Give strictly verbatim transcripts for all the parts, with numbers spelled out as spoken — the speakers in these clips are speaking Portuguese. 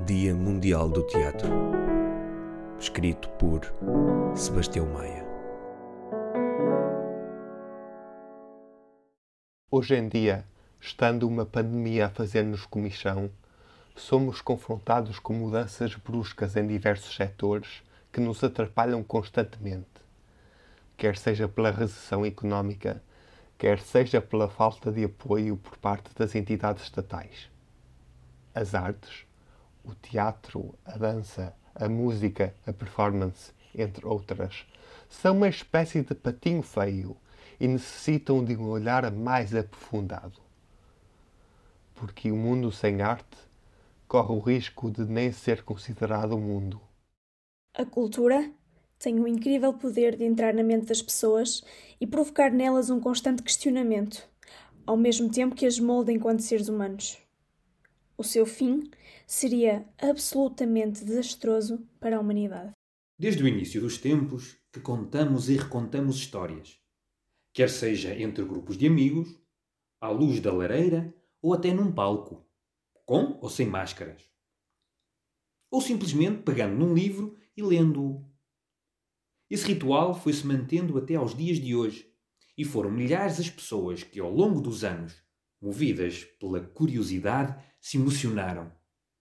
Dia Mundial do Teatro. Escrito por Sebastião Maia. Hoje em dia, estando uma pandemia a fazer-nos comichão, somos confrontados com mudanças bruscas em diversos setores que nos atrapalham constantemente. Quer seja pela recessão económica, quer seja pela falta de apoio por parte das entidades estatais. As artes, o teatro, a dança, a música, a performance, entre outras, são uma espécie de patinho feio e necessitam de um olhar mais aprofundado. Porque o mundo sem arte corre o risco de nem ser considerado mundo. A cultura tem o incrível poder de entrar na mente das pessoas e provocar nelas um constante questionamento, ao mesmo tempo que as molda enquanto seres humanos. O seu fim seria absolutamente desastroso para a humanidade. Desde o início dos tempos que contamos e recontamos histórias, quer seja entre grupos de amigos, à luz da lareira ou até num palco, com ou sem máscaras. Ou simplesmente pegando num livro e lendo-o. Esse ritual foi-se mantendo até aos dias de hoje e foram milhares as pessoas que ao longo dos anos, movidas pela curiosidade, se emocionaram.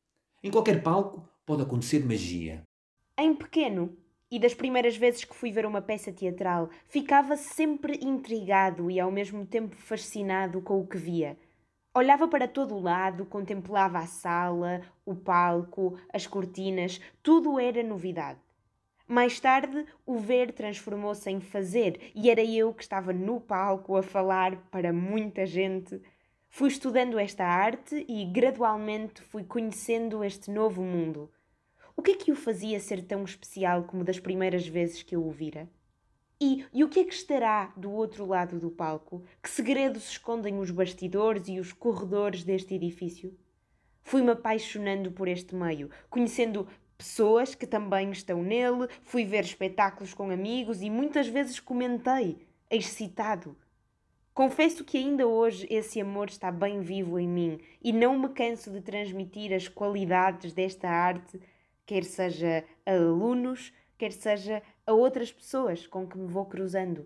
Em qualquer palco pode acontecer magia. Em pequeno, e das primeiras vezes que fui ver uma peça teatral, ficava sempre intrigado e ao mesmo tempo fascinado com o que via. Olhava para todo o lado, contemplava a sala, o palco, as cortinas, tudo era novidade. Mais tarde, o ver transformou-se em fazer e era eu que estava no palco a falar para muita gente. Fui estudando esta arte e gradualmente fui conhecendo este novo mundo. O que é que o fazia ser tão especial como das primeiras vezes que eu o vira? E, e o que é que estará do outro lado do palco? Que segredos escondem os bastidores e os corredores deste edifício? Fui-me apaixonando por este meio, conhecendo pessoas que também estão nele, fui ver espetáculos com amigos e muitas vezes comentei, excitado. Confesso que ainda hoje esse amor está bem vivo em mim e não me canso de transmitir as qualidades desta arte, quer seja a alunos, quer seja a outras pessoas com que me vou cruzando.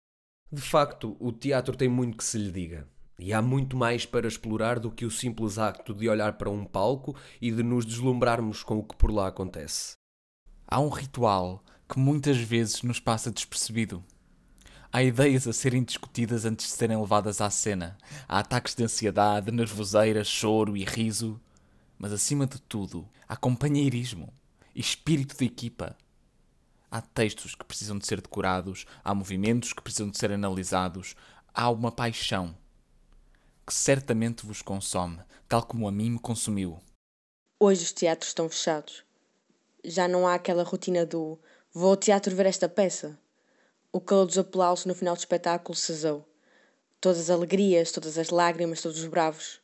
De facto, o teatro tem muito que se lhe diga. E há muito mais para explorar do que o simples acto de olhar para um palco e de nos deslumbrarmos com o que por lá acontece. Há um ritual que muitas vezes nos passa despercebido. Há ideias a serem discutidas antes de serem levadas à cena. Há ataques de ansiedade, nervoseira, choro e riso. Mas acima de tudo, há companheirismo e espírito de equipa. Há textos que precisam de ser decorados, há movimentos que precisam de ser analisados, há uma paixão que certamente vos consome, tal como a mim me consumiu. Hoje os teatros estão fechados. Já não há aquela rotina do vou ao teatro ver esta peça. O calor dos aplausos no final do espetáculo cessou. Todas as alegrias, todas as lágrimas, todos os bravos.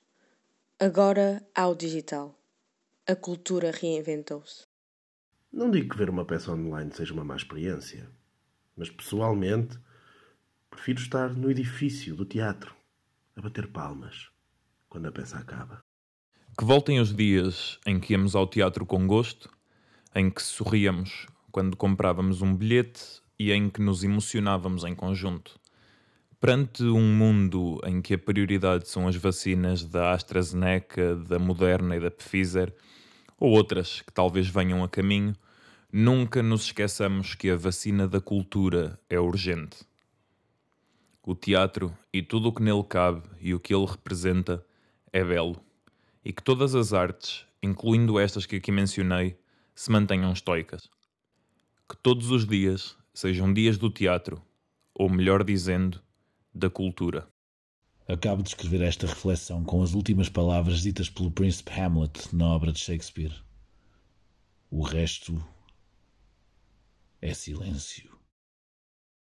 Agora há o digital. A cultura reinventou-se. Não digo que ver uma peça online seja uma má experiência, mas pessoalmente prefiro estar no edifício do teatro, a bater palmas, quando a peça acaba. Que voltem os dias em que íamos ao teatro com gosto, em que sorríamos quando comprávamos um bilhete e em que nos emocionávamos em conjunto. Perante um mundo em que a prioridade são as vacinas da AstraZeneca, da Moderna e da Pfizer, ou outras que talvez venham a caminho, nunca nos esqueçamos que a vacina da cultura é urgente. O teatro e tudo o que nele cabe e o que ele representa é belo, e que todas as artes, incluindo estas que aqui mencionei, se mantenham estoicas. Que todos os dias sejam dias do teatro, ou melhor dizendo, da cultura. Acabo de escrever esta reflexão com as últimas palavras ditas pelo príncipe Hamlet na obra de Shakespeare. O resto é silêncio.